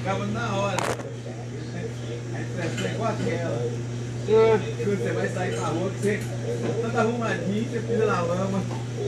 acaba na hora. A impressão é igual aquela. Quando você vai sair pra rua, você tá todo arrumadinho, você pisa na lama.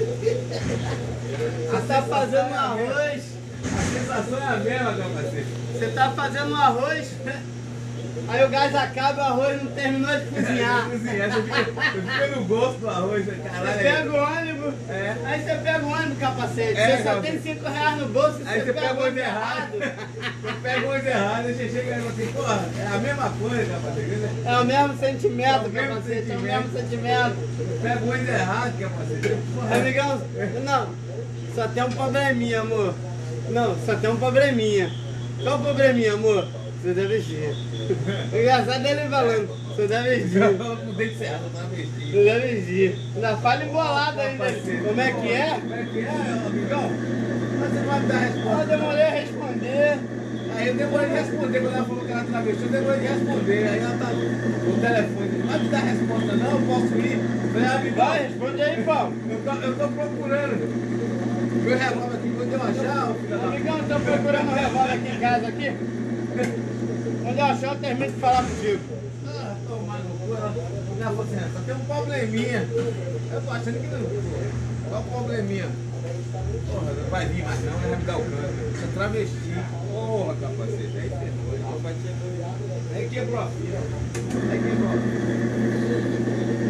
Você tá fazendo um arroz. A sensação é a mesma, capacete. Você tá fazendo um arroz, aí o gás acaba e o arroz não terminou de cozinhar. Você fica no gosto do arroz, caralho. Você pega o ônibus, aí você pega o ônibus, capacete. Você só tem 5 reais no bolso e aí você pega o ônibus errado. Você pega o ônibus errado e você chega e fala assim, porra, é a mesma coisa, capacete. É o mesmo sentimento, capacete, é o mesmo sentimento. Você pega o ônibus errado, capacete. Amigão, não, só tem um probleminha, amor. Não, só tem um probleminha. Qual o probleminha, amor? Você deve vestir. Engraçado ele falando, você deve vestir. Não tem que ser, não tá vestido. Você deve vestir. Ainda fala embolado ainda. Como é que é? Como é que é, amigão? Mas você vai me dar a resposta. Eu demorei a responder. Aí eu demorei de responder, quando ela falou que era travesti, eu demorei de responder. Aí ela tá no telefone, não vai me dar a resposta não, eu posso ir. Eu falei, amigão, Vai, responde aí, Paulo. eu tô procurando. Meu revólver aqui, quando eu achar, ô filho da... Amigão, eu tô procurando um revólver aqui em casa aqui. Quando eu achar, eu termino de falar contigo. Ah, tomar no cu, ela falou assim, só tem um probleminha. Eu tô achando que não. Qual o probleminha? Porra, não vai vir mais não, vai me dar o cano. Você é travesti. Porra, capacete, aí ferrou. Aí quebrou a fila. Aí quebrou a fila.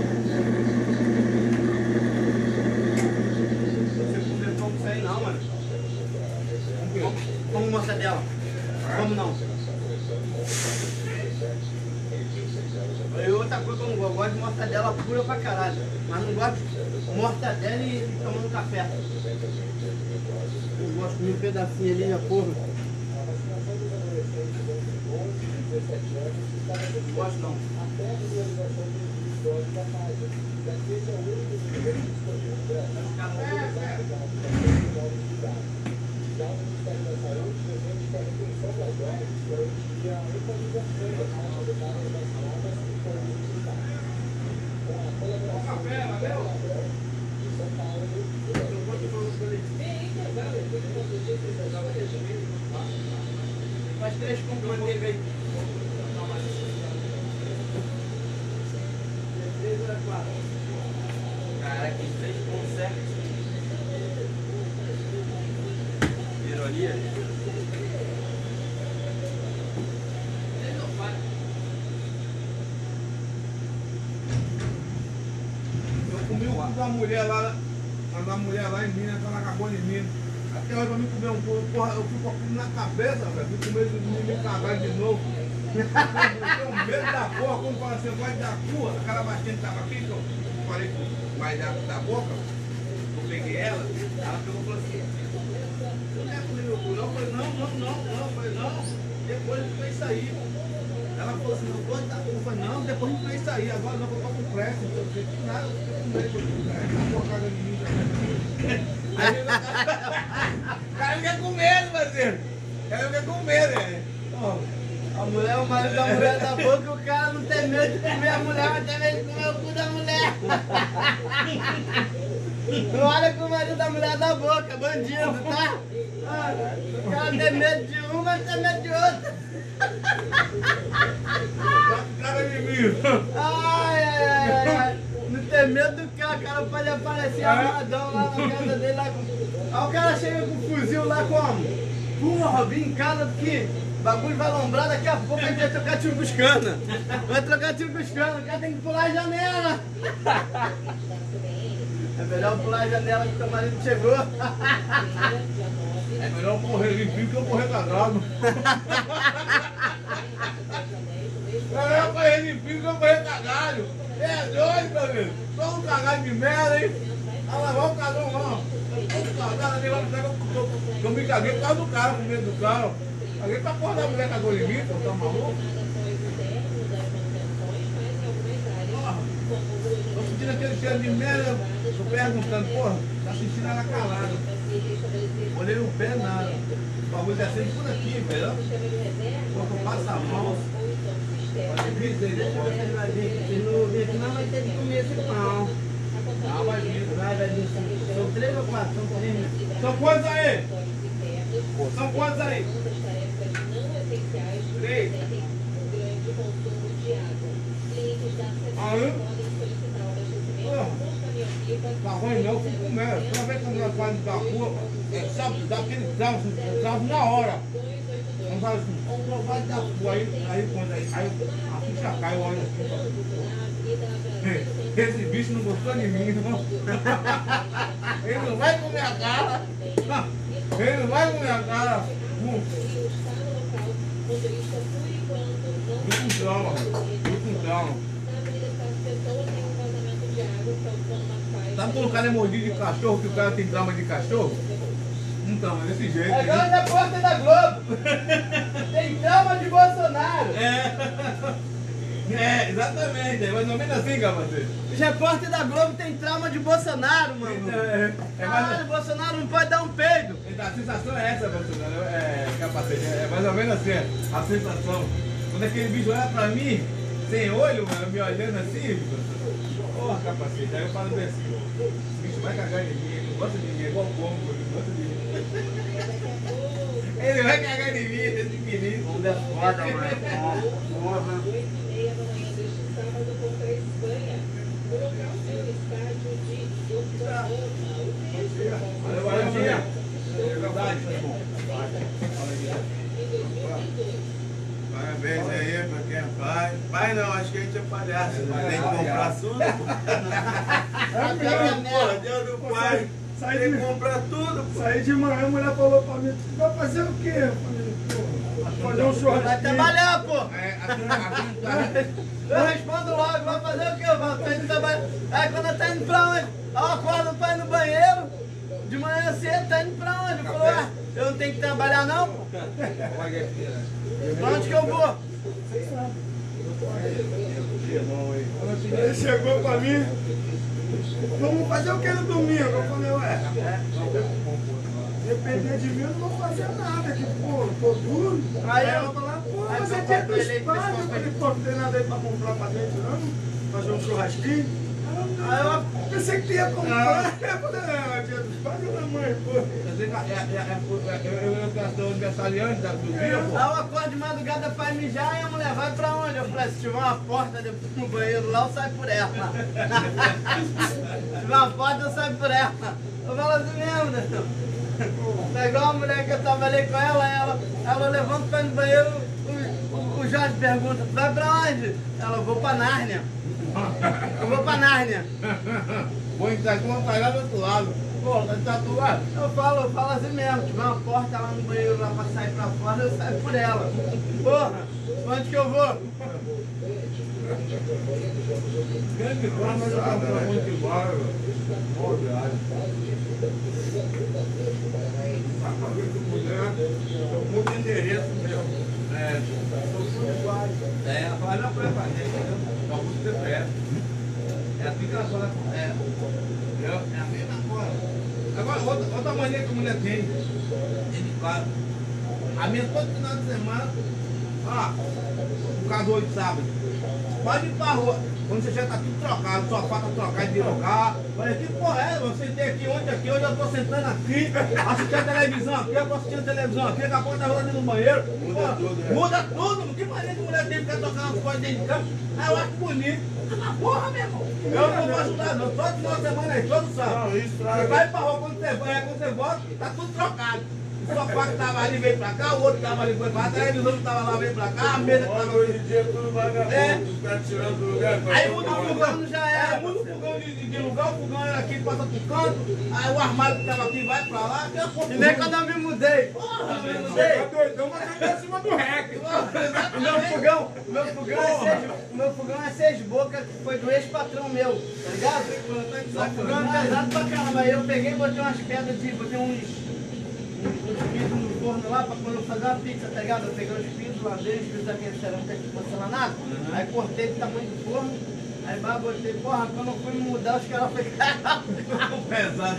Isso aí não, mano. Como mortadela? Como não? E outra coisa que eu não gosto, eu gosto de mortadela pura pra caralho. Mas não gosto de mortadela e tomando café. Eu gosto de comer um pedacinho ali na porra. Não gosto não. Faz 3 compras de manteiga aí. Caraca, 3 pontos certos. Ironia. Eu comi o cu da mulher lá, em Minas, ela acabou em Minas. Até hoje eu me comer um pouco, porra, eu fui com aquilo na cabeça, velho. Fui com medo de me cagar de novo. Eu tenho medo da porra, como fala assim, vai dar cu, aquela baixinha que tava aqui, que eu falei que vai dar da boca, eu peguei ela pegou e falou assim, não é comer meu cu, não? Eu falei, não, eu falei, não, depois a gente vai sair. Ela falou assim, não pode dar cu, eu falei, não, depois a gente vai sair, agora não, eu tô com pressa, não sei o que, nada, eu fiquei com medo, tá porcada de mim já. Aí, o cara fica com medo, parceiro. O cara fica com medo, velho. A mulher, o marido da mulher da boca, o cara não tem medo de comer a mulher, mas tem medo de comer o cu da mulher. Não olha com o marido da mulher da boca, bandido, tá? O cara tem medo de uma, mas tem medo de outra. Cara de mim. Ai. Não tem medo do cara, o cara pode aparecer amarradão lá na casa dele. Lá com... Aí o cara chega com o fuzil lá como? Porra, vim em casa porque o bagulho vai lombrar, daqui a pouco a gente vai trocar tiro buscando. Vai trocar tiro buscando, o cara tem que pular a janela. É melhor pular a janela que o teu marido chegou. É melhor morrer limpinho que eu morrer cagado. É melhor morrer limpinho que eu morrer cagado. É doido, meu amigo. Só um cagado de merda, hein? Vai lavar o cagão lá. Todo cagado ali, eu me caguei por causa do cara, com medo do cara. Caguei pra porra da mulher cagou em mim, pô, tá maluco? Tô sentindo aquele cheiro de merda, tô perguntando, porra, tá sentindo ela calada. Olhei o pé, nada. O bagulho descendo por aqui, velho. Pô, passa a mão. Pode vir dele, pode. Se não vir aqui, não vai ter de comer esse pão. Não, vai vir. Vai vir. São 3 ou 4? São 3. São quantos aí? São quantos aí? comerciais representem um grande consumo de água. Clientes da cidade podem solicitar o abastecimento por caminhão-pipa. Tá ruim não, fui comer. Toda vez que nós fazemos da rua, sabe, dá aquele travo na hora. Não fala assim, não vai dar rua aí quando aí a ficha cai, eu olho assim. Esse bicho não gostou de mim, não. Ele não vai comer a cara. Ele não vai comer a cara. Muito com trauma, muito com trauma. Sabe quando o cara é mordido de cachorro, que o cara tem trauma de cachorro? Então, é desse jeito. É igual na porta da Globo. Tem trauma de Bolsonaro. É, exatamente. É mais ou menos assim, capacete. Os repórteres da Globo tem trauma de Bolsonaro, mano. Caralho, Bolsonaro não pode dar um peido. A sensação é essa, Bolsonaro. Capacete. É mais ou menos assim, a sensação. Quando aquele bicho olha pra mim, sem olho, mano, me olhando assim, porra, capacete. Aí eu falo bem assim, esse bicho vai cagar em mim, ele não gosta de mim, é igual o pombo, ele não gosta de mim. Ele vai cagar em mim, esse menino. Pombo é foda, mano. Porra. 8h30 da manhã deste sábado contra a Espanha. O local é o estádio de Urbanoma. Valeu, Valentinha. É verdade, tá bom. Parabéns aí pra quem é pai. Pai não, acho que a gente é palhaço. Mas tem que comprar tudo. Porra, Deus do pai. Tem que comprar tudo, pô. Saí de manhã, a mulher falou pra mim, vai fazer o quê? Eu falei, pô, fazer um churrasco. Vai trabalhar, pô. Eu respondo logo, vai fazer o quê? Eu vou indo trabalhar. Aí quando eu tô indo pra onde? Eu acordo pra ir no banheiro. De manhã cedo, tá indo pra onde? Eu falo, eu não tenho que trabalhar não, pô. Pra onde que eu vou? Ele chegou pra mim, vamos fazer o que no domingo? Eu falei, ué, depender de mim eu não vou fazer nada, que pô, tô duro. Aí Aí eu- eu falei, pô, aí você eu tinha comprei do leite, espaço. mas Eu falei, pô, não tem nada aí pra comprar pra dentro não? Fazer um churrasquinho? Aí eu pensei que tu ia comprar. Eu falei, tinha do espaço da mãe, pô. Eu sou aniversariante do dia, Aí pô. eu acordo de madrugada pra ir mijar e a mulher vai pra onde? Eu falei, se tiver uma porta depois no banheiro lá, eu saio por ela. Se tiver uma porta, eu saio por ela. Eu falo assim mesmo, né? É igual a mulher que eu trabalhei com ela levanta pra ir no banheiro, o Jorge pergunta, vai pra onde? Ela, eu vou pra Nárnia. Eu vou pra Nárnia. Vou entrar aqui, vou sair lá do outro lado. Pô, tá tatuado? Eu falo assim mesmo, se tiver uma porta lá no banheiro lá pra sair pra fora, eu saio por ela. Porra, onde que eu vou? Grande coisa, mas eu tô muito embora, velho. Boa viagem. Vai fazer com mulher, tô com muito endereço mesmo. Vai na pra gente, entendeu? Tá muito de pé. É assim que ela fala. É a mesma coisa. Agora, outra mania que a mulher tem, de claro. A minha todo final de semana, casou de sábado. Pode ir pra rua. Quando você já tá tudo trocado, sua faca trocada de lugar. Falei, que porra é? Eu sentei aqui, hoje eu tô sentando aqui, assistindo a televisão aqui, eu tô assistindo a televisão aqui, daqui a pouco tá rolando no banheiro. Muda tudo, né? Muda tudo. Que maneira que mulher tem que ficar tocando umas coisas dentro de casa. Aí eu acho bonito. Ah, porra, meu irmão. Eu não vou ajudar, não. Todo final de semana aí, todo sábado. Não, isso Você vai pra rua, quando você volta, tá tudo trocado. O sofá que tava ali veio pra cá, o outro tava ali foi pra cá, a televisão que tava lá veio pra cá, a mesa que tava Olha, hoje em dia tudo vagabundo, os caras tirando do lugar. aí muda o fogão, fogão já era. muda o fogão de lugar, o fogão era aqui, passa pro canto, aí o armário que tava aqui vai pra lá, que é E nem quando eu me mudei. porra, Eu me meu mudei. irmão. Doidão, mas eu tô em cima do rec. Meu fogão é seis bocas, que foi do ex-patrão meu, tá ligado? O fogão é pesado pra caramba. Aí eu peguei e botei umas pedras botei uns pisos no forno lá pra quando eu fazer uma pizza, tá ligado? Eu peguei os pisos lá dentro, os pisos da minha cerâmica de porcelanato, aí cortei do tamanho do forno, aí botei, porra, quando eu fui me mudar, os caras ficaram Pesado.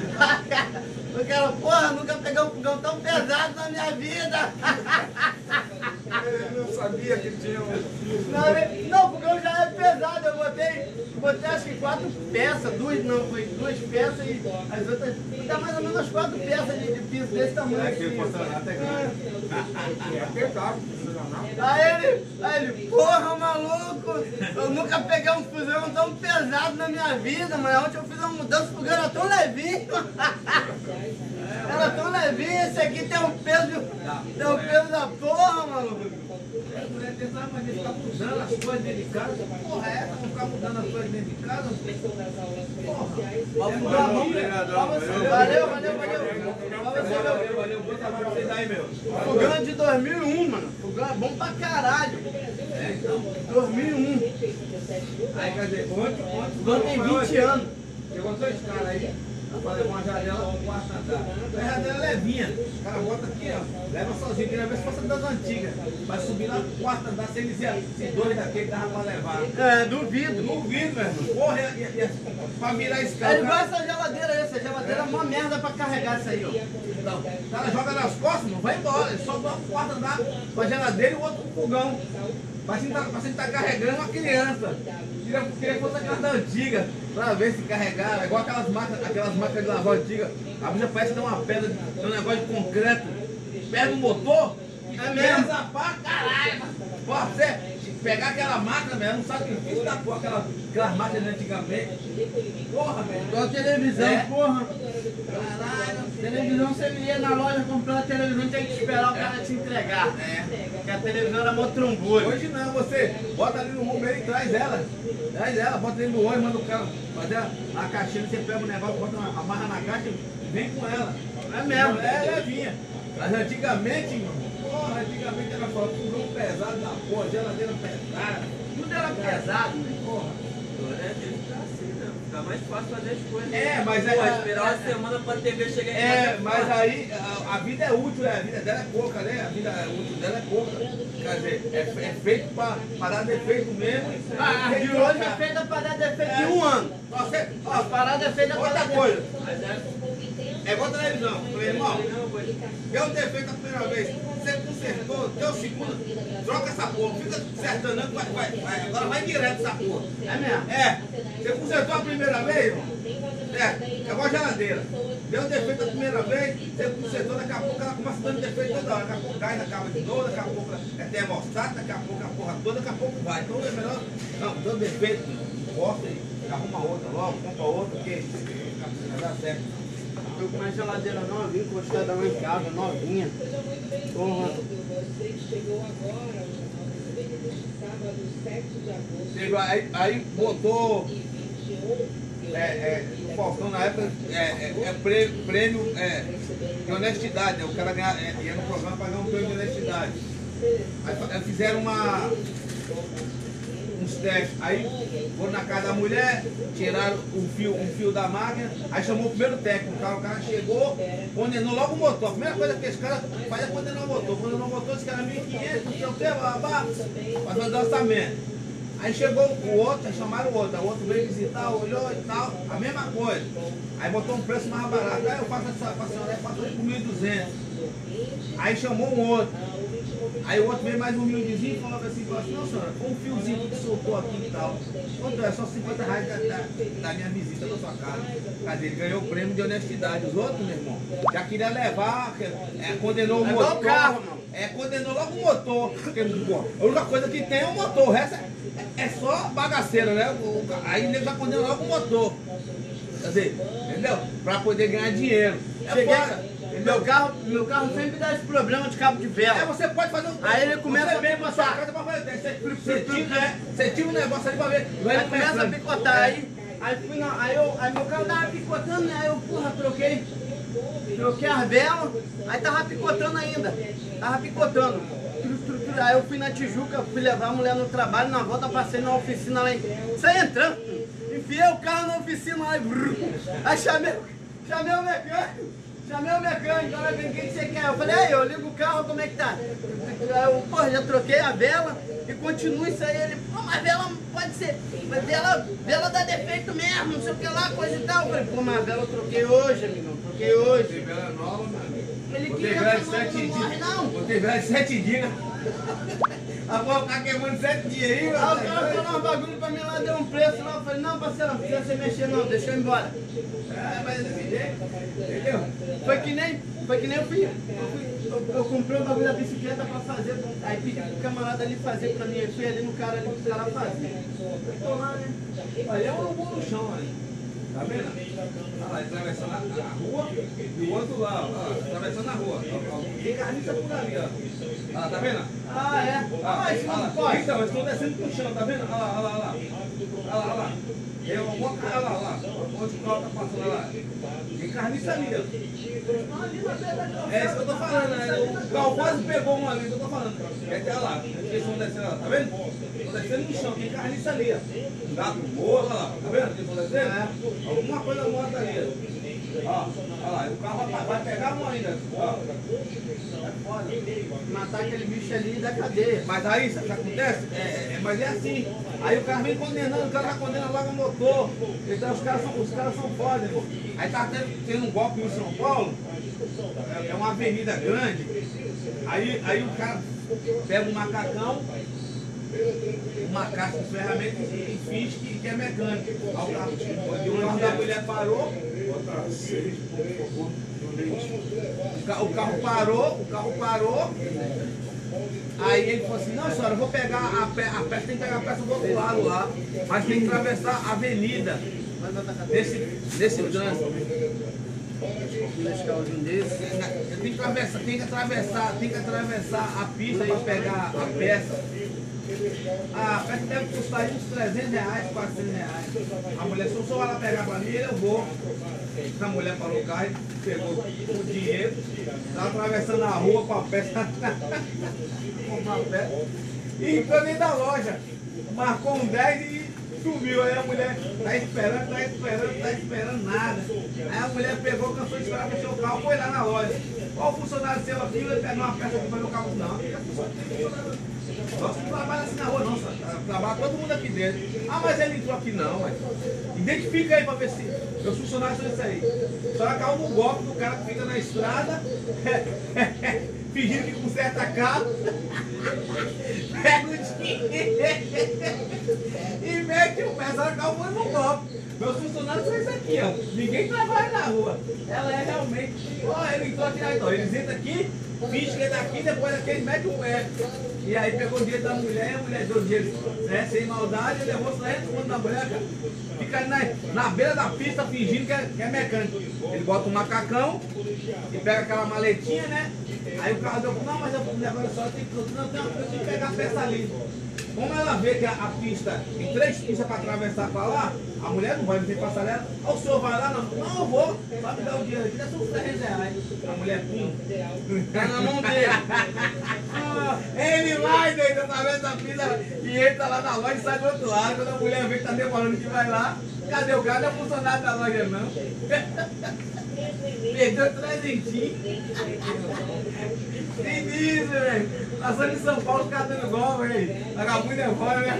o cara, porra, nunca peguei um fogão tão pesado na minha vida. Ele não sabia que tinha um... Não, porque eu já é pesado, eu botei acho que 4 peças, foi 2 peças e as outras, dá mais ou menos 4 peças de piso desse tamanho. Aquele porcelanato é grande. É pesado. Aí ele, porra, maluco, eu nunca peguei um fuzil tão pesado na minha vida, mas ontem eu fiz uma mudança porque era tão levinho. Era tão levinho, esse aqui tem um peso da porra, maluco. A mulher tentava fazer ficar mudando as coisas dentro de casa. Porra, é essa? Não ficar mudando as coisas dentro de casa? Porra. Valeu. Vou trabalhar pra vocês aí, meu. Fogão de 2001, mano. Fogão é bom pra caralho. É, então. 2001. Aí, quer dizer, ontem Fogão tem 20 anos. chegou 2 caras aí. Pra levar uma janela pro quarto andar. A janela é levinha. O cara bota aqui, ó. Leva sozinho. Queria ver se fosse das antigas. Vai subir lá pro quarto andar sem dizer se 2 daquele dava pra levar. É, duvido. Duvido, meu irmão. Porra, pra virar esse cara. É igual essa geladeira aí. Essa geladeira é uma merda pra carregar isso aí, ó. Não, o cara joga nas costas, não vai embora. Ele só bota pro quarto andar com a geladeira e o outro pro fogão. Parece que tá carregando uma criança. Queria que fosse aquela da antiga, pra ver se carregava. Igual aquelas máquinas de lavar antigas. A bicha parece que tem uma pedra, tem um negócio de concreto. Pega o motor e pesa pra caralho. Pô, você pegar aquela máquina, velho, não sabe o que dá por aquelas máquinas de antigamente. Porra, velho. Igual televisão, porra. Caralho. Televisão, você ia na loja comprar a televisão, tinha que esperar o cara te entregar. É. Porque a televisão era mó trombolho. Hoje não, você bota ali no Uber e traz ela. Bota ali no ônibus, manda o cara fazer a caixinha, você pega o negócio, bota amarra na caixa e vem com ela. É mesmo. É levinha. Mas antigamente, mano, porra, antigamente era fogão pesado da porra, geladeira pesada, tudo era pesado, né? Porra. Fica mais fácil fazer as coisas. É, mas Pô, esperar uma semana pra TV chegar em casa. É, mas aí a vida é útil, né? A vida dela é pouca, né? A vida útil dela é pouca. Quer dizer, é feito pra dar defeito mesmo. A de hoje é feita pra dar defeito de 1 ano. A parada é feita pra dar Outra defeito. coisa, é igual televisão. Falei, irmão, deu defeito a primeira vez, você consertou, deu segunda, troca essa porra, fica consertando, agora vai direto essa porra. É mesmo. É, você consertou a primeira vez, irmão? É igual a geladeira. Deu defeito a primeira vez, você consertou, daqui a pouco ela começa dando defeito toda hora. Daqui a pouco cai, acaba de novo, daqui a pouco é termostato, daqui a pouco a porra toda, daqui a pouco vai. Então é melhor, não, deu defeito, corta e arruma outra logo, compra outra, porque vai dar certo. Tô com uma geladeira novinha, encostada lá em casa, novinha. Porra. Chegou agora, sábado, 7 de agosto. Chegou, aí botou o Faustão na época prêmio de honestidade, né? O cara ia no programa pagar um prêmio de honestidade. Aí fizeram uns testes, aí foram na casa da mulher, tiraram um fio da máquina, aí chamou o primeiro técnico, o cara chegou, condenou logo o motor. A primeira coisa que esse cara faz é condenar o motor. Condenou o motor, esse cara 1.500, não sei o que, babá, pra fazer orçamento. Aí chegou o outro, chamaram o outro veio visitar, olhou e tal, a mesma coisa. Aí botou um preço mais barato, aí eu faço essa pra senhora, eu faço por 1.200. Aí chamou um outro. Aí o outro veio mais humildezinho e falou assim, não senhora, foi um fiozinho que soltou aqui e tal. Quanto é? Só 50 reais da minha visita na sua casa. Cadê? Ele ganhou o prêmio de honestidade. Os outros, meu irmão, já queria levar, condenou o motor. É igual o carro, mano. Condenou logo o motor. Porque, pô, a única coisa que tem é o motor, o resto é só bagaceira, né? Aí ele já condenou logo o motor. Quer dizer, entendeu? Pra poder ganhar dinheiro. Foda. Meu carro sempre dá esse problema de cabo de vela. Você pode fazer um... Aí ele começa a picotar. picotar. Você tira um negócio ali pra ver. Aí começa a picotar. Aí meu carro tava picotando, né? Aí eu, porra, troquei as velas. Aí tava picotando ainda. Tava picotando. Aí eu fui na Tijuca, fui levar a mulher no trabalho, na volta passei na oficina lá, saí entrando, enfiei o carro na oficina lá e brrr. Aí chamei o mecânico, Chamei o mecânico, o que você quer? Eu falei, aí, eu ligo o carro, como é que tá? Eu, pô, já troquei a vela e continua isso aí. Ele, pô, mas vela pode ser, mas vela dá defeito mesmo, não sei o que lá, coisa e tal. Eu falei, pô, mas a vela eu troquei hoje, amigão, troquei hoje. Tem vela nova, mano. Ele Botei queria vela de que 7 não morre, dias. não. Botei vela de 7 dias. Agora o cara queimando 7 dias aí, Aí o cara falou um bagulho pra mim lá, deu um preço lá. Eu falei, não, parceiro, não precisa você mexer não, deixa eu ir embora. Mas desse jeito, entendeu? Foi que nem eu fui. Eu comprei um bagulho da bicicleta pra fazer. Aí pedi pro camarada ali fazer pra mim. Eu fui ali no cara ali pro cara fazer. Eu tô lá, né? Olha, é um bom no chão aí. Tá vendo? Olha lá, atravessando a rua e o outro lá, ó, atravessando a rua. Ó, tem carniça por ali, ó. Olha lá, tá vendo? Ah, é? Ah, isso não pode. Então, eles estão descendo pro chão, tá vendo? Olha lá, olha lá, olha lá. Olha lá. Tem uma cara lá, olha lá. Onde o carro tá passando, olha lá. Tem carniça ali, ó. É isso que eu tô falando, né? O carro quase pegou um ali, que eu tô falando. Quer dizer, olha lá, eles estão descendo, ó, tá vendo? Estão descendo no chão, tem carniça ali, ó. Gato morto, olha lá, tá vendo? Eles estão descendo? Alguma coisa morta ali, ó. Olha lá, o carro vai pegar um ainda, ó. É foda. Matar aquele bicho ali da cadeia. Mas aí, sabe o que acontece? Mas é assim. Aí o cara vem condenando, o cara vai condenando logo o motor. Então os caras são foda, pô. Aí tá tendo um golpe em São Paulo, é uma avenida grande. Aí o cara pega um macacão, uma caixa de ferramentas e finge que é mecânico. Aí o carro da mulher parou. O carro parou. Aí ele falou assim, não senhora, eu vou pegar a peça, tem que pegar a peça do outro lado lá, mas tem que atravessar a avenida desse trânsito. Tem que atravessar a pista para pegar a peça. A peça deve custar aí uns R$300, R$400. A mulher só vai lá pegar pra mim, eu vou. A mulher parou o carro e pegou o dinheiro, tá atravessando a rua com a peça. Comprar a peça. E entrou dentro da loja. Marcou um 10 e sumiu. Aí a mulher tá esperando nada. Aí a mulher pegou, cansou de esperar, fechou o carro, foi lá na loja. Qual o funcionário seu aqui? Ele pegou uma peça aqui para meu carro. Não, nós não trabalhamos assim na rua, não, trabalha todo mundo aqui dentro. Ah, mas ele entrou aqui, não, mas. Identifica aí para ver se meus funcionários são isso aí. Só acaba no golpe do cara que fica na estrada, fingindo que conserta carro, pega o dinheiro e mete o pé, só acaba no golpe. Meus funcionários são isso aqui, ó. Ninguém trabalha na rua. Ela é realmente. Ó, ele entrou aqui, então. Eles entram aqui, finge que é daqui, depois daqui eles metem o pé. E aí pegou o dinheiro da mulher e a mulher deu o dinheiro, né, sem maldade, e levou 100 conto da mulher, cara. Fica ali na beira da pista fingindo que é mecânico. Ele bota um macacão e pega aquela maletinha, né? Aí o carro deu, não, mas agora só tem que pegar a peça ali. Como ela vê que a pista tem 3 pistas para atravessar para lá, a mulher não vai ter passarela. O senhor vai lá? Não, eu vou. Vai me dar o dinheiro aqui, dá só uns R$3. A mulher, tá na mão dele. Ele vai, doido, através da pista e entra lá na loja e sai do outro lado. Quando a mulher vê que tá demorando que vai lá, cadê o cara? Não é funcionário da loja, não. Perdeu 300. Sinistro, velho. Passando em São Paulo, os caras dando golpe, velho. Vagabundo é fora, né?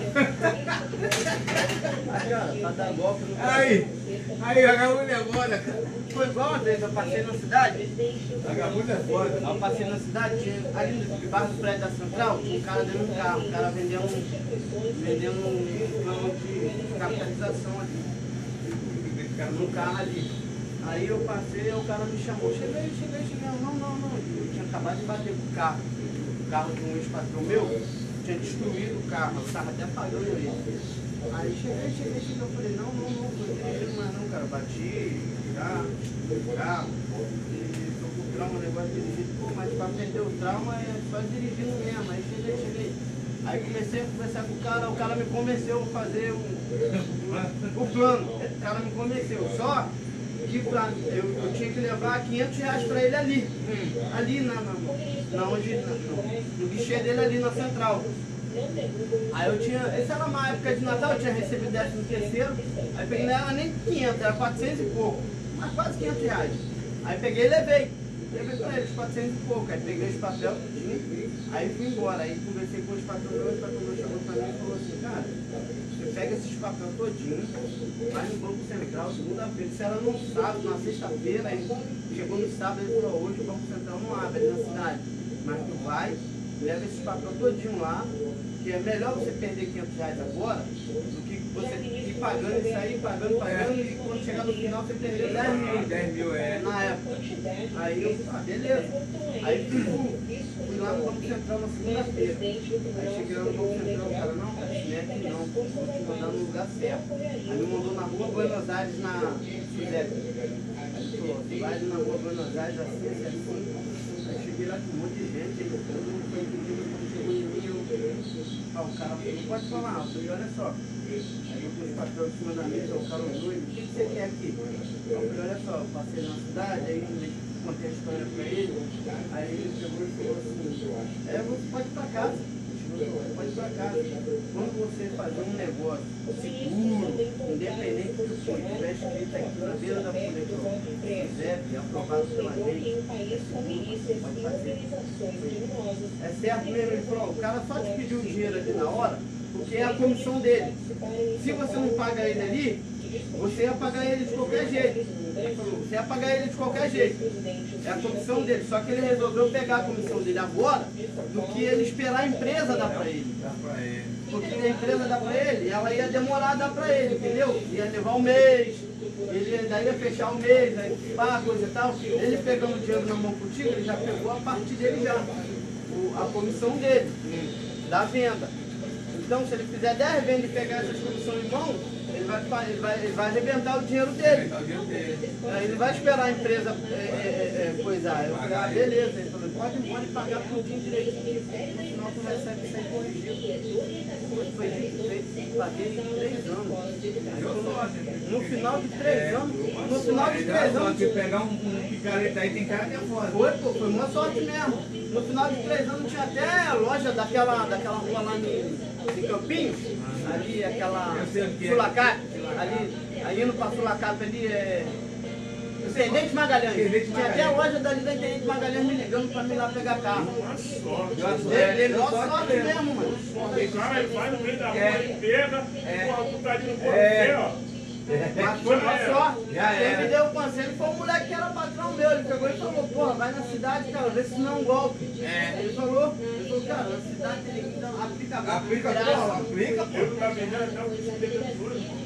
Aí, ó, pra dar golpe no Aí, vagabundo é foda, cara. Foi igual uma vez, eu passei na cidade. Vagabundo é foda. Eu passei na cidade, tinha, ali debaixo do prédio da Central, tinha um cara dentro do carro. O cara vendeu um plano de capitalização ali. No carro ali. Aí eu passei, o cara me chamou. Cheguei. Não. Eu tinha acabado de bater com o carro. O carro de um ex-patrão meu tinha destruído o carro. Eu estava até pagando ele. Aí cheguei. Eu falei, não, foi dirigindo mais não, cara. Bati, carro. E tô com trauma, negócio de dirigir. Pô, mas pra perder o trauma é só dirigindo mesmo. Aí cheguei. Aí comecei a conversar com o cara me convenceu a fazer o plano. O cara me convenceu. Só que eu tinha que levar R$500 pra ele ali. Ali no guichê dele ali na Central. Aí eu tinha, essa era uma época de Natal, eu tinha recebido 13º, aí peguei nela nem 500, era 400 e pouco, mas quase R$500. Aí peguei e levei. Levei pra eles 400 e pouco. Aí peguei os papéis, tudinho, aí fui embora. Aí conversei com os patrões, o patrão chegou pra mim e falou assim, cara, você pega esses papéis todinho, vai no Banco Central, segunda-feira, se era no sábado, na sexta-feira, aí chegou no sábado, ele falou, hoje o Banco Central não abre ali na cidade, mas tu vai, leva esses papéis todinho lá, que é melhor você perder R$500 agora, do que você ir pagando isso aí, pagando, e quando chegar no final você perder 10 mil. 10 mil é. Na época. Aí eu, beleza. Aí fui lá no Banco Central na segunda-feira. Aí cheguei lá no Banco Central, o cara, não, cara, isso não é aqui não, vou te mandar no lugar certo. Aí me mandou na rua Buenos Aires, na Suzete. Aí ele falou, você vai ali na rua Buenos Aires, assim. Aí cheguei lá com um monte de gente, aí todo mundo foi pedindo, quando chegou em mim, o cara falou, não pode falar, eu falei, olha só. Aí eu pus o papel em cima da mesa, o cara olhou e o que você quer aqui? Eu falei, olha só, eu passei na cidade, aí contei a história pra ele, aí ele chegou e falou assim, você pode ir pra casa. Pode ir pra casa. Quando você fazer um negócio seguro, independente do que for, tiver escrito aqui na beira da folha que eu quiser, é aprovado pela gente, pode fazer. É certo mesmo, ele falou, o cara só te pediu o dinheiro ali na hora, porque é a comissão dele. Se você não paga ele ali, você ia pagar ele de qualquer jeito. Ele falou, você ia pagar ele de qualquer jeito. É a comissão dele. Só que ele resolveu pegar a comissão dele agora do que ele esperar a empresa dar pra ele. Porque a empresa dá pra ele, ela ia demorar a dar pra ele, entendeu? Ia levar um mês, ele daí ia fechar o mês, aí pá, coisa e tal. Ele pegando o dinheiro na mão contigo, ele já pegou a parte dele já. A comissão dele, da venda. Então, se ele fizer 10 vendas e pegar essas comissões em mão, ele vai arrebentar o dinheiro dele. Aí ele vai esperar a empresa coisar. Eu falei, beleza. Ele falou, pode pagar tudinho direitinho. No final tu recebe isso aí corrigido. Foi feito, paguei 3 anos. No final de 3 anos. No final de 3 anos. Se pegar um picareta aí, tem cara que é foda. Foi uma sorte mesmo. No final de 3 anos tinha até a loja daquela rua lá em Campinhos, ali aquela Sulacap, ali indo pra Sulacap ali Intendente Magalhães. Tinha até a loja dali da Intendente Magalhães me ligando pra mim lá pegar carro. Nossa sorte mesmo, mano. O cara vai no meio da rua e pega, porra, tu tá ali no corpo, ó. Mas foi uma sorte. Quem me deu o conselho foi um moleque que era patrão meu. Ele pegou e falou, porra, vai na cidade, cara, vê se não é um golpe. Ele falou, cara, na cidade tem que dar, aplica porra. Aplica, Eu não tava vendendo, não, porque isso é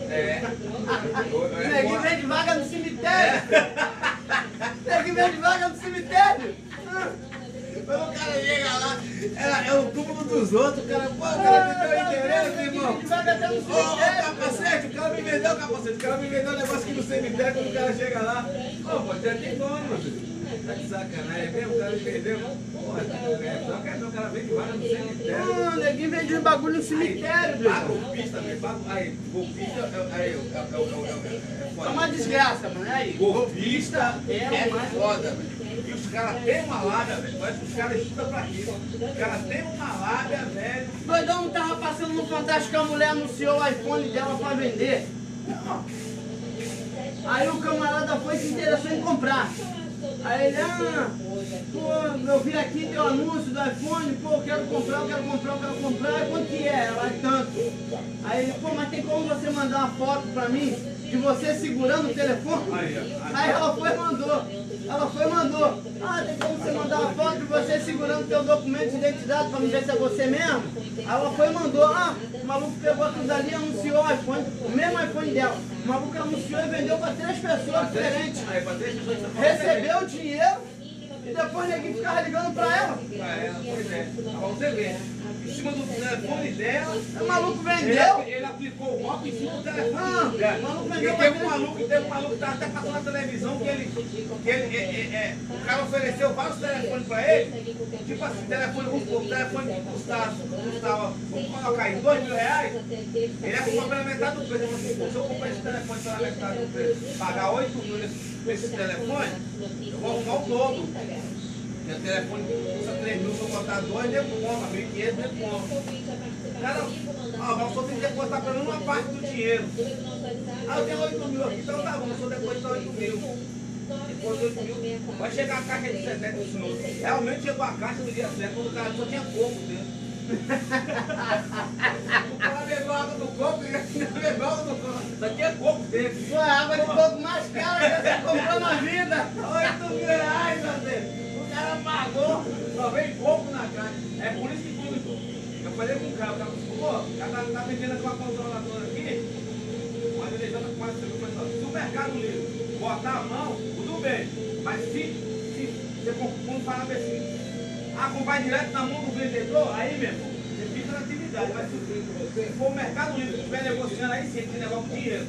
tudo. Neguinho vem de vaga no cemitério. Neguinho vem de vaga no cemitério. Quando o cara chega lá, é o túmulo dos outros, o cara, pô, o cara me deu endereço, irmão. Ô, capacete, o cara me vendeu o capacete, o cara me vendeu um negócio aqui no cemitério, quando o cara chega lá, ô, pô, já tem dono, meu filho. Tá de sacanagem mesmo, o cara me vendeu. Porra, só quer ver o cara vem de vaga no cemitério. Não, neguinho vem de bagulho no cemitério, velho. Golpista, velho. Aí, golpista é uma desgraça, mano. Aí, golpista é foda, velho. E os caras têm uma lábia, velho. Parece que os caras estudam pra isso. Os caras têm uma lábia, velho. Doidão não tava passando no Fantástico, a mulher anunciou o iPhone dela pra vender. Aí o camarada foi e se interessou em comprar. Aí ele, pô, eu vi aqui teu anúncio do iPhone, pô, eu quero comprar. Aí quanto que é? Ela é tanto. Aí ele, pô, mas tem como você mandar uma foto pra mim de você segurando o telefone? Aí ela foi e mandou. Tem como você mandar uma foto de você segurando teu documento de identidade pra me ver se é você mesmo? Aí ela foi e mandou. O maluco pegou aquilo dali e anunciou o iPhone, o mesmo iPhone dela. O maluco anunciou e vendeu pra 3 pessoas diferentes. Recebeu o dinheiro e depois ninguém ficava ligando pra ela. Pois é. Pra você ver. Em cima do telefone dela, o maluco vendeu. Ele aplicou o golpe em cima do telefone. O maluco vendeu. Teve um maluco que estava até passando na televisão o cara ofereceu vários telefones pra ele. Tipo assim, o telefone custava, vamos colocar em R$2 mil. Ele ia comprar pela metade do preço. Ele falou assim, se eu comprar esse telefone pela metade do preço, pagar 8 mil nesse telefone, eu vou arrumar o dobro. O telefone custa 3 mil, se eu botar 2, deponta, 1.500, deponta. Cara, mas só tem que depositar pelo menos uma parte do dinheiro. Eu tenho 8 mil aqui, então tá bom, só depositar 8 mil. depois de 8 mil, vai chegar a caixa de 70 do senhor. Realmente chegou a caixa no dia certo, quando o cara só tinha coco dentro. O cara bebeu água do coco e bebeu água do coco. Só tinha coco dentro. Foi a água de coco mais cara que você comprou na vida. 8 mil reais, meu Deus. O cara pagou, só veio coco na caixa. É por isso que quando eu falei com o cara disse, pô, o cara tá vendendo aqui uma controladora aqui, mas ele já tá com mais se o Mercado Livre botar a mão, tudo bem. Mas se você como fala assim, vai direto na mão do vendedor, aí meu irmão, você fica na atividade. Mas se for o Mercado Livre que estiver negociando aí, sim, tem negócio com dinheiro.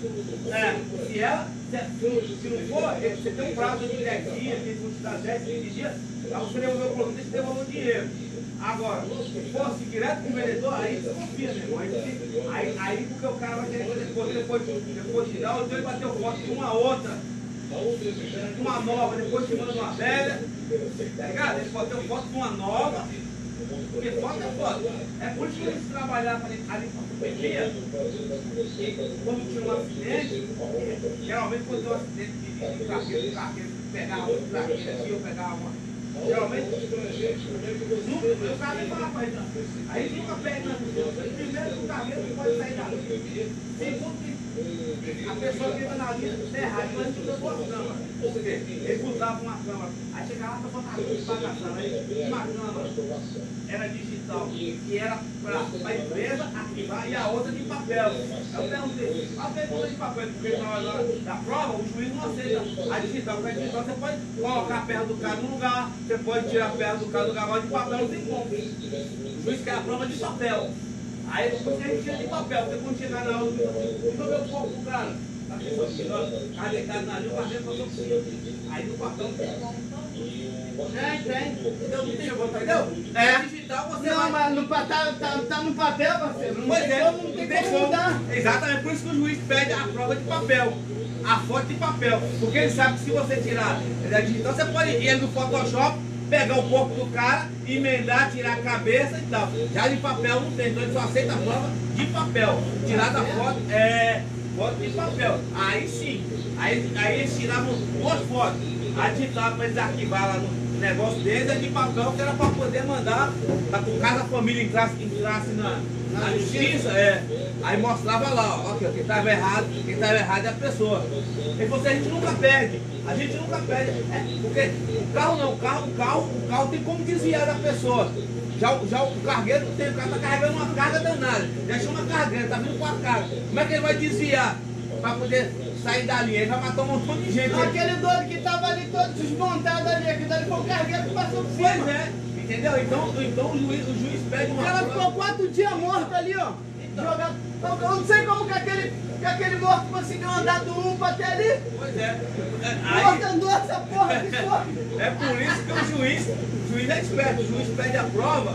Se não for, você tem um prazo de 10 dias, que você dá 10, 15 dias, para você devolver o produto, você devolver o dinheiro. Agora, se fosse direto com o vendedor, aí você confia, meu irmão. Aí porque o cara vai querer depois tirar, ou então ele bateu foto de uma outra, de uma nova, depois te manda uma velha, tá ligado? Ele bateu foto de uma nova, porque foto é foto. É por isso que eles trabalhavam ali com a superfície, quando tinha um acidente, geralmente quando tem um acidente de cargueiro, pegava outro cargueiro aqui, eu pegava uma. Geralmente, o cara vem falar pra ele, aí fica perto, primeiro que o cargueiro não pode sair dali. Segundo que a pessoa que entra na linha está errada, mas não usou a câmera. Por quê? Eles usavam uma câmera. Aí chegava lá, a pessoa estava com bagaçando. Aí uma câmera era digital, que era para a empresa arquivar, e a outra de papel. Eu perguntei, a pergunta de papel, porque na hora da prova o juiz não aceita a digital. Porque a digital você pode colocar a perna do cara no lugar, você pode tirar a perna do cara do lugar, mas de papel não tem como. O juiz quer a prova de papel. Aí depois a gente tira de papel, porque quando chegar na aula, joguei um pouco pro cara. Tá deitado na língua, mas dentro do seu. Aí no papel não tem como. Tem. Então não tem como, entendeu? É digital, você Não, vai. mas tá no papel, parceiro. Pois é, Não tem como mudar. Exatamente, por isso que o juiz pede a prova de papel. A foto de papel. Porque ele sabe que se você tirar da digital, você pode ir no Photoshop, pegar o corpo do cara, emendar, tirar a cabeça e tal. Já de papel não tem, então ele só aceita a prova de papel. Tirar da foto, foto de papel. Aí sim, aí eles tiravam duas fotos. A digital para eles arquivar lá no negócio deles é de papel, que era para poder mandar, para que o caso a família entrasse na justiça, aí mostrava lá, ó, quem estava errado é a pessoa. Ele falou assim, a gente nunca perde, porque o carro não, o carro tem como desviar da pessoa. Já o cargueiro não tem, o cara está carregando uma carga danada, já chama cargueiro, está vindo com a carga. Como é que ele vai desviar para poder sair da linha? Ele vai matar um montão de gente. Aquele doido que estava ali todo desmontado ali, aquele ali foi o cargueiro que passou por cima. Pois é, entendeu? Então o juiz pede uma. O cara ficou 4 dias morto ali, ó. Jogado. Eu não sei como que aquele morto conseguiu andar do UPA até ali. Pois é. Morto andou essa porra que foi. É por isso que o juiz é esperto, o juiz pede a prova.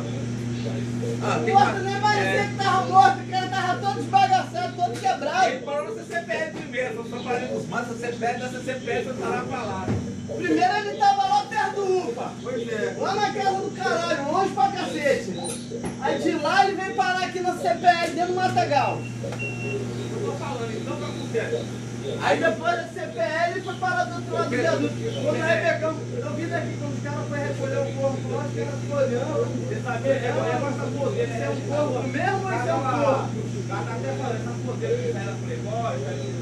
Morto nem parecia que tava morto, o cara tava todo esbagaçado, todo quebrado. Ele parou no CCPR primeiro, só para os manos, o CCPR da CCPR foi parar pra lá. Primeiro ele tava lá perto do UPA. Pois é. Lá na casa do caralho, longe pra cacete. Aí de lá ele veio parar aqui na CPR, dentro do Matagal. Eu tô falando, então tá acontece. Aí depois da CPR ele foi parar do outro lado do viaduto. Quando nós pegamos, eu vi daqui, quando os caras foram recolher o corpo lá, os caras ficam olhando. Você sabia? É essa poder, Esse é um corpo mesmo ou esse é um corpo? O cara tá até falando, essa poder que sai da Playboy,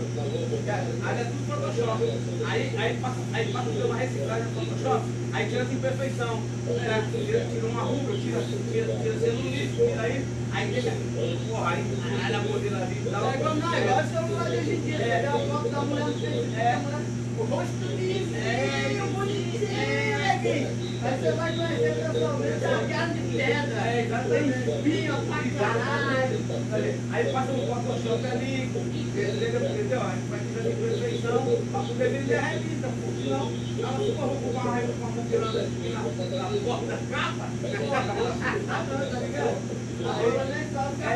aí é tudo Photoshop. Aí passa por uma reciclagem no Photoshop, aí tira essa imperfeição. Tira uma ruga, tira celulite, tira aí deixa. Porra, aí na poder ali e tal. É igual o celular de hoje em dia, você vê a foto da mulher no Facebook, a mulher, o rosto lisinho, bonitinho, aqui. Aí você vai conhecer pessoalmente, é uma cara de pedra, tem espinho pra caralho. Aí passa no Photoshop ali, entendeu? Aí vai tirando imperfeição, pra poder vender a revista, porque senão ela se for com uma revista com uma muquiranda aqui na porta da capa, tá ligado? Ela nem sabe que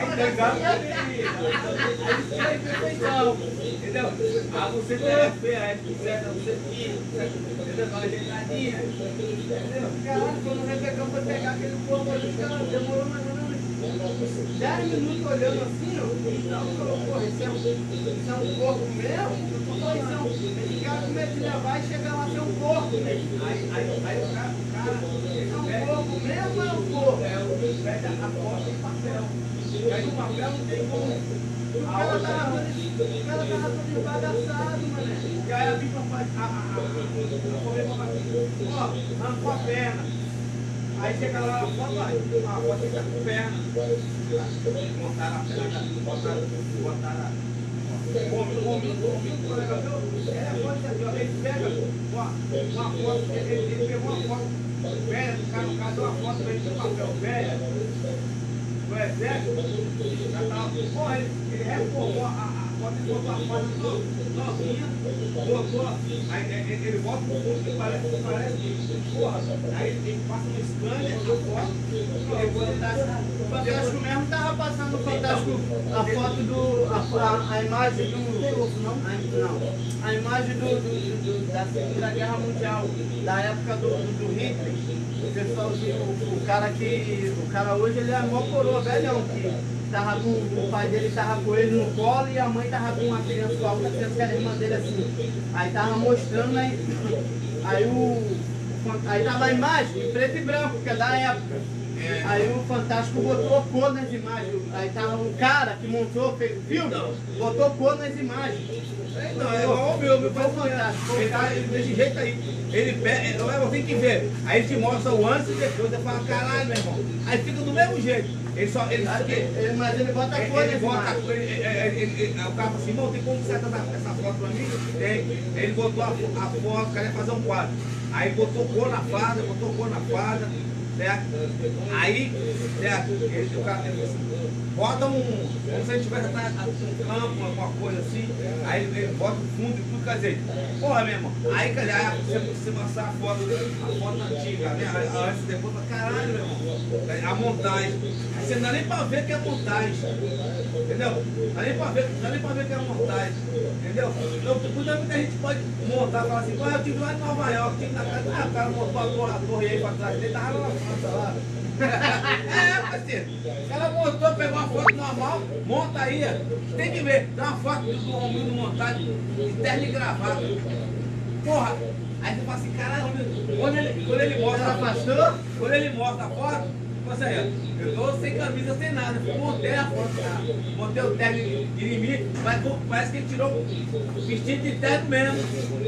Aí tira a imperfeição, entendeu? Você é feia, é certa, você tira, entendeu? Dá uma ajeitadinha, entendeu? caralho, quando o Rebecão foi pegar aquele corpo ali, os caras demorou mais ou menos 10 minutos olhando assim, ó. Então, porra, isso é um corpo mesmo? posição. Esse cara com medo de levar e chegar lá ser um porco, né? Aí o cara É um porco mesmo ou é um porco? pede a foto em papel. E aí o papel não tem como. O cara tava todo embagaçado, mané. E aí a bicha faz a correr pra aqui. Ó, arrancou a perna. Aí chega lá, a foto tá com perna. Montaram a perna, botaram o colega meu, pode ser, ó, ele pega uma foto, ele pegou uma foto velha do cara, no caso, uma foto velha de papel velha, do exército, já tava, pô, ele reformou a foto, ele botou a foto novinha, botou, aí ele bota um fundo que parece, porra, aí ele passa no scanner, a foto, O Fantástico mesmo tava passando no Fantástico a foto a imagem a imagem da Segunda Guerra Mundial, da época do Hitler. O pessoalzinho, o cara hoje ele é mó coroa, velhão, que tava com, o pai dele tava com ele no colo e a mãe tava com uma criança com a outra criança que era irmã dele assim. Aí tava mostrando, aí tava a imagem em preto e branco, que é da época. Aí o Fantástico botou cor nas imagens. Aí tava um cara que montou, fez o filme, botou cor nas imagens. Não, é igual o meu pai Fantástico. ele tá desse jeito aí. Ele pega, eu tenho que ver. Aí ele te mostra o antes e depois, você fala, caralho, meu irmão. Aí fica do mesmo jeito. Mas ele bota cor nas imagens. O cara fala assim, irmão, tem como consertar essa foto pra mim? Tem. Ele botou a foto, o cara ia fazer um quadro. Aí botou cor na farda, certo? Aí, certo? O cara bota como se ele tivesse atrás um campo, alguma coisa assim, aí ele bota o fundo e tudo, quer dizer, porra, meu irmão, aí, cara, você mostrar a foto antiga, né? Antes e depois, caralho, meu irmão, a montagem. Aí você não dá nem pra ver que é montagem, entendeu? Não dá nem pra ver que é montagem, entendeu? Então, muita gente pode montar e falar assim, eu tive lá em Nova York, tive na casa, o cara montou a torre aí pra trás dele, tava lá na França lá. Parceiro, o cara montou, pegou uma foto normal, monta aí, tem que ver, dá uma foto do Romulo montado, de terno e gravata. Porra, aí você fala assim, caralho, quando ele mostra a foto, quando ele mostra a foto, você aí, eu tô sem camisa, sem nada, montei a foto, cara, montei o terno em mim, mas parece que ele tirou vestido de terno mesmo.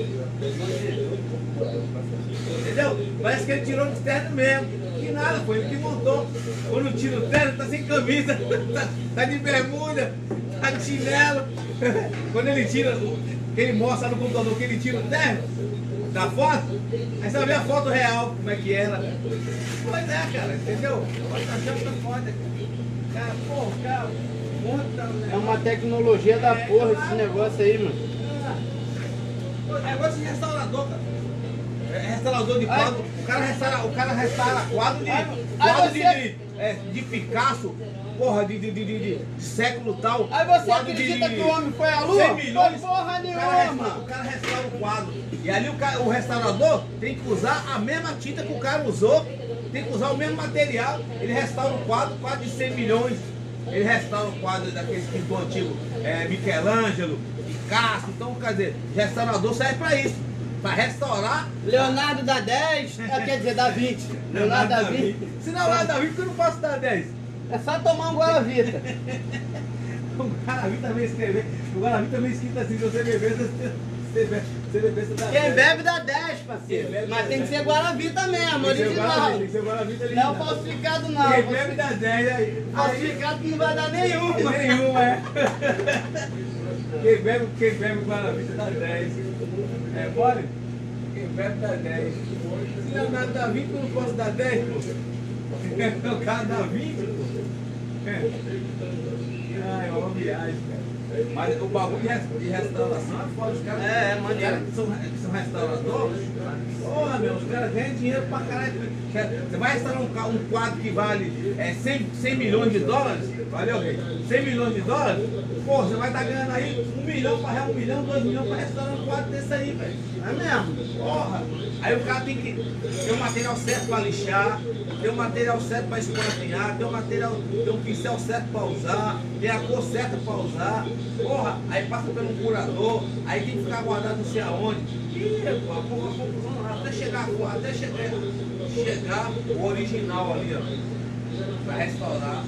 Entendeu? Parece que ele tirou de terno mesmo. Que nada, foi ele que montou. Quando tira o terno, tá sem camisa, tá de bermuda, tá de chinelo. Quando ele tira, que ele mostra no computador que ele tira o terno da foto, aí você vai ver a foto real, como é que era. Pois é, cara, entendeu? Tá achando foda. Cara, porra, cara, monta. É uma tecnologia da porra esse negócio aí, mano. É igual esse restaurador, cara. É restaurador de quadro. O cara restaura quadro de Picasso, porra, de século tal. Aí você quadro acredita que o homem foi à lua? 100 milhões. Foi porra nenhuma. O cara restaura o quadro. E ali o restaurador tem que usar a mesma tinta que o cara usou, tem que usar o mesmo material. Ele restaura o quadro de 100 milhões. Ele restaura o quadro daqueles pintor antigo, Michelangelo, Picasso. Então, quer dizer, restaurador serve pra isso. Pra restaurar. Leonardo dá 10, quer dizer, dá 20. Leonardo dá 20. Se não vai dar 20, que eu não posso dar 10. É só tomar um Guaravita. O Guaravita também escreve. O Guaravita também escrito assim, se você beber, você dá 10. Quem bebe dá 10, parceiro. Mas tem que ser Guaravita mesmo, original. Tem que ser Guaravita Não original. é falsificado não. Quem bebe dá 10 aí. Falsificado não vai dar nenhum. Nenhum, é. Quem bebe Guaravita dá 10. É mole? Quem bebe dá 10. Se Leonardo dá 20, eu não posso dar 10, pô. O cara dá 20, pô. Ai, é uma viagem, cara. Mas o bagulho de restauração é foda. Os caras maneiro. que são restauradores, porra, meu, os Os caras ganham dinheiro pra caralho. Você vai restaurar um quadro que vale 100 milhões de dólares, valeu, rei? 100 milhões de dólares, pô, você vai estar ganhando aí 1 milhão pra 1 milhão, 2 milhões pra restaurar um quadro desse aí, velho. É mesmo? Porra! Aí o cara tem que ter o material certo pra lixar, ter o material certo pra esquadrinhar, ter um pincel certo pra usar, ter a cor certa pra usar. Porra, aí passa por um curador, aí tem que ficar guardado não sei aonde. Ih, porra, confusão lá, até chegar o original ali, ó. Pra restaurar.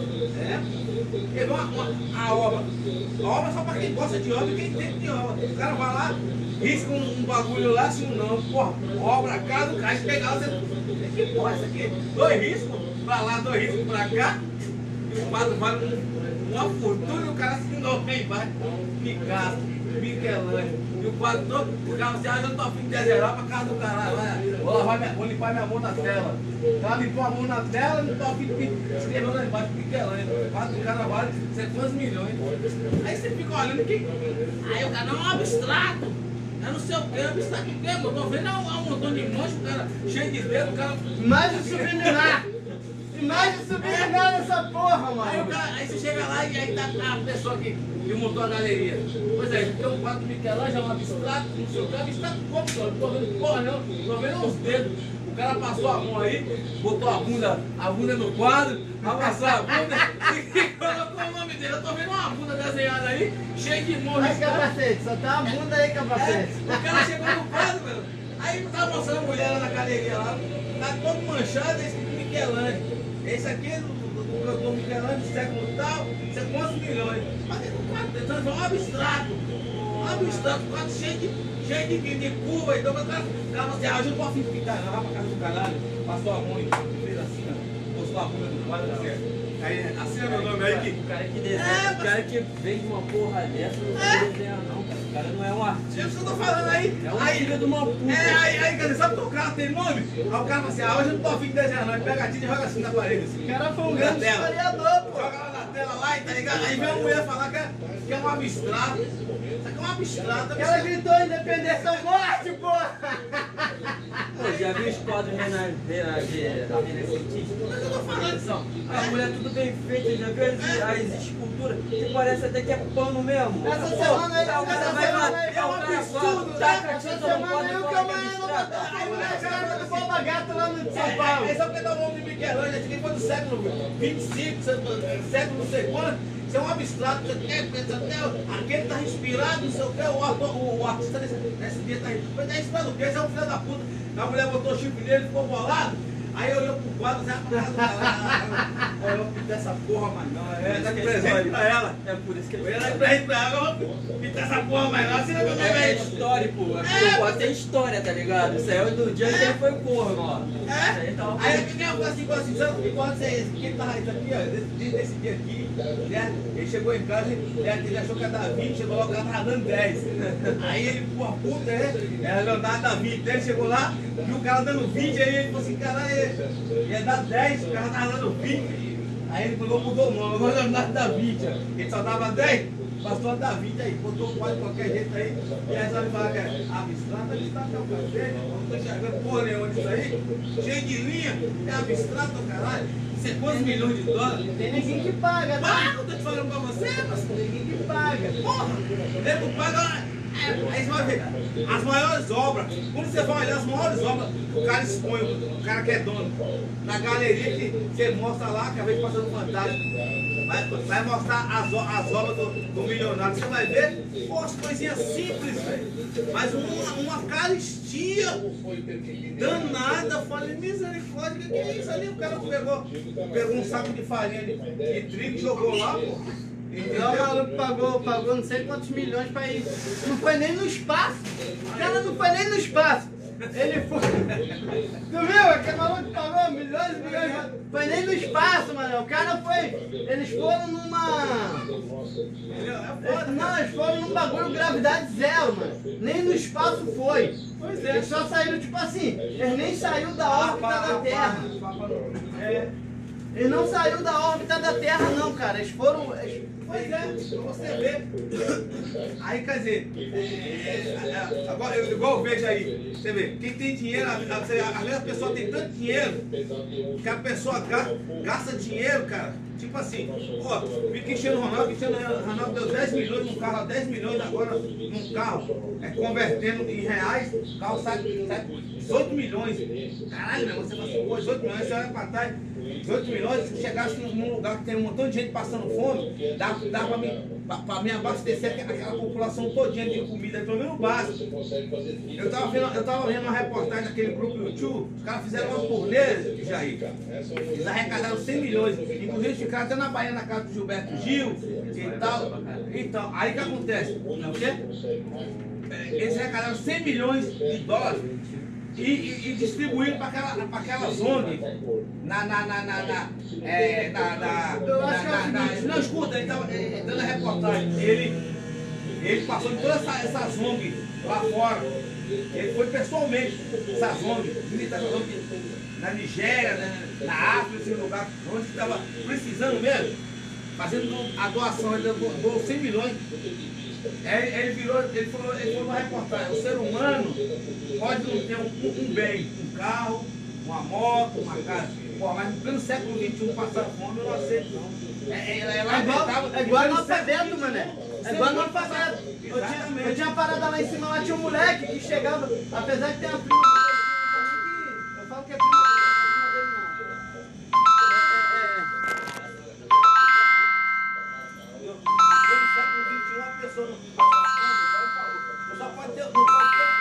Pegou a obra. A obra só pra quem gosta de obra e quem entende de obra. O cara vai lá, risca um bagulho lá, assim não. Porra, obra cá do cara, pegar você. Que porra é essa aqui? 2 riscos pra lá, 2 riscos pra cá. E o quadro vale uma fortuna e o cara assim não vem embaixo. Picasso, Michelangelo. E o quadro todo, o cara assim, eu não tô afim de desenhar pra casa do caralho. Vou limpar minha mão na tela. O cara limpou a mão na tela, não tô afim de escrever lá embaixo, Michelangelo. O quadro do cara vale quantos milhões. Aí você fica olhando que. Aí o cara não é um abstrato. Eu não sei o que, abstrato o quê? Eu tô vendo um montão de mancha, o cara cheio de dedo, o cara. Imagem subliminar! Imagem subliminar nessa porra, mano! Aí você chega lá e aí tá a pessoa que montou a galeria. Pois é, tem um quadro do Michelangelo, um abstrato, não sei o que, abstrato como, só? Não tô vendo porra não, tô vendo uns dedos. O cara passou a mão aí, botou a bunda no quadro, amassou a bunda e colocou o nome dele. Eu tô vendo uma bunda desenhada aí, cheia de morro. Aí, capacete, só tem uma bunda aí, capacete. O cara chegou no quadro, velho. Aí tava mostrando a mulher lá na galeria lá, tá todo manchado, esse Michelangelo. Esse aqui é do cantor Michelangelo, do século tal, isso é quantos milhões? Mas o quadro tentando fazer um abstrato, um quadro cheio de curva, então o cara falou assim, eu não posso pintar não, vai pra casa do caralho, passou a mão e fez assim, ó, postou a bunda no quadro, aí assina meu nome aí que... O cara que desenha, o cara que vende uma porra dessa não sabe desenhar não, cara. O cara não é um artista. É isso que eu tô falando aí. É um filho de uma puta. Aí, cara, sabe que o cara tem nome? Aí o cara fala assim, hoje eu não tô afim de desenhar não, ele pega a tinta e joga assim na parede, assim. O cara foi um grande historiador, pô! Joga lá na tela lá e tá ligado? Aí vem a mulher falar que é um abstrato. Isso aqui é um abstrato. Ela gritou independência ou morte, porra! Pô, já viu os quadros renascentistas? Mas eu tô falando. São. A mulher tudo bem feita, já viu as esculturas? Que parece até que é pano mesmo. Essa semana aí, é um absurdo, né? Essa semana aí o camarada botou a mulher cara do Boba Gato lá no São Paulo. É só porque dá o nome de Michelangelo, esse aqui foi do século 25, século não sei quanto. Isso é um abstrato, você quer pensar até aquele tá inspirado, não sei o que, o artista nesse dia tá inspirado o quê? Esse é um filho da puta. A mulher botou o chifre nele, ficou bolado. Aí olhou pro quadro, já pra casa do caralho. Eu vou pintar essa porra, mas não. É dar de presente pra ela. É por isso que Eu ia dar de presente pra ela, eu vou pintar essa porra, mas não. Assina meu nome é aí. histórico, o quadro tem história, tá ligado? Isso aí é do dia que ele foi corno, ó. Aí quem falou assim, sabe que quadro é esse? Quem tava isso aqui, ó, desse dia aqui, né? Ele chegou em casa, ele achou que ia dar 20, chegou lá, o cara tava dando 10. Aí ele, pô, puta, era Leonardo da 20, ele chegou lá, viu o cara dando 20, aí ele falou assim, caralho, ia dar 10, o cara tava dando 20. Aí ele mudou o nome, agora é Leonardo da 20, ele só dava 10, passou a dar 20 aí, botou o quadro de qualquer jeito aí, e aí só ele fala que é abstrato é o cacete, não tô enxergando porra nenhuma disso aí, cheio de linha, é abstrato o caralho, isso é quantos milhões de dólares? Tem ninguém que paga, tá? Ah, eu tô te falando pra você, mas Tem ninguém que paga. porra, nego paga. Aí você vai ver, as maiores obras, quando você vai olhar as maiores obras, o cara expõe, o cara que é dono, na galeria que você mostra lá, que a vez passando fantástico, vai mostrar as obras do milionário, você vai ver, pô, as coisinhas simples, velho, mas uma caristia danada, eu falei, misericórdia, que é isso ali? O cara pegou um saco de farinha de trigo e jogou lá, pô. Então o maluco pagou não sei quantos milhões pra ir. Não foi nem no espaço. O cara não foi nem no espaço. Ele foi. Tu viu? Aquele maluco pagou milhões e milhões. Foi nem no espaço, mano. O cara foi. Eles foram numa. Não, eles foram num bagulho gravidade zero, mano. Nem no espaço foi. Pois é. Eles só saíram tipo assim. Eles nem saíram da órbita da Terra. É. Eles não saíram da órbita da Terra, não, cara. Eles foram Pois é, pra você ver. Aí, quer dizer, agora, igual eu vejo aí, você vê, quem tem dinheiro, às vezes a pessoa tem tanto dinheiro que a pessoa gasta dinheiro, cara. Tipo assim, ó, fica enchendo o Ronaldo deu 10 milhões num carro, 10 milhões agora num carro, convertendo em reais, o carro sai 18 milhões. Caralho, meu irmão, você fala assim, pô, 18 milhões, você olha pra trás, 18 milhões, se chegasse num lugar que tem um montão de gente passando fome, dá pra mim abastecer aquela população todinha de comida, pelo menos básico. Eu tava vendo uma reportagem daquele grupo YouTube, os caras fizeram uma turnê de Jair. Eles arrecadaram 100 milhões, inclusive ficaram até na Bahia, na casa do Gilberto Gil e tal. Então, aí o que acontece? O quê? Eles arrecadaram 100 milhões de dólares e distribuíram para aquelas ONG não, escuta, ele estava dando a reportagem. Ele passou de todas essas ONG lá fora. Ele foi pessoalmente essas ONG, na Nigéria, na África, esse lugar onde estava precisando mesmo, fazendo a doação. Ele doou 100 milhões. Ele falou numa reportagem, o ser humano pode não ter um bem, um carro, uma moto, uma casa. Pô, mas no pleno século XXI passar fome eu não aceito não. É igual analfabeto, mané. É igual analfabeto. Eu tinha parada lá em cima, lá tinha um moleque que chegava, apesar de ter uma prima dele, eu falo que é prima dele não. No século XXI a pessoa não passa fome, igual ele falou. Só pode ter. Não pode ter.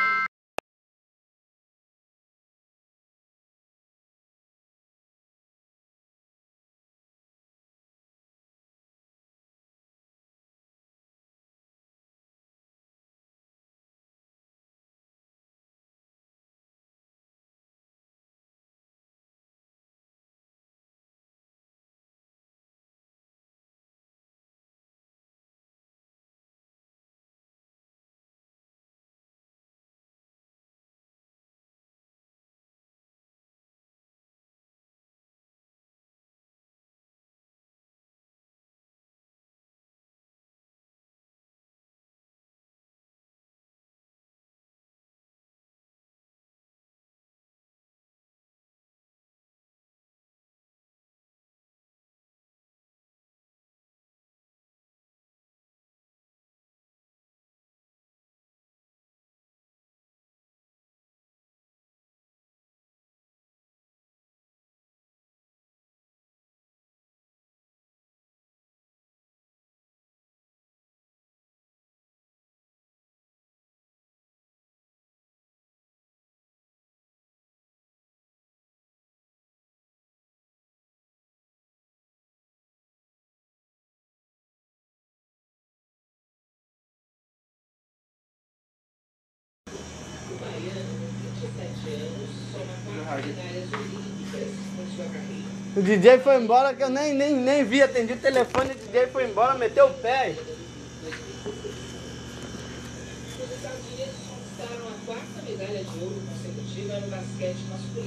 O DJ foi embora que eu nem vi, atendi o telefone, o DJ foi embora, meteu o pé. Os Estados Unidos conquistaram a 4ª medalha de ouro consecutiva no basquete masculino.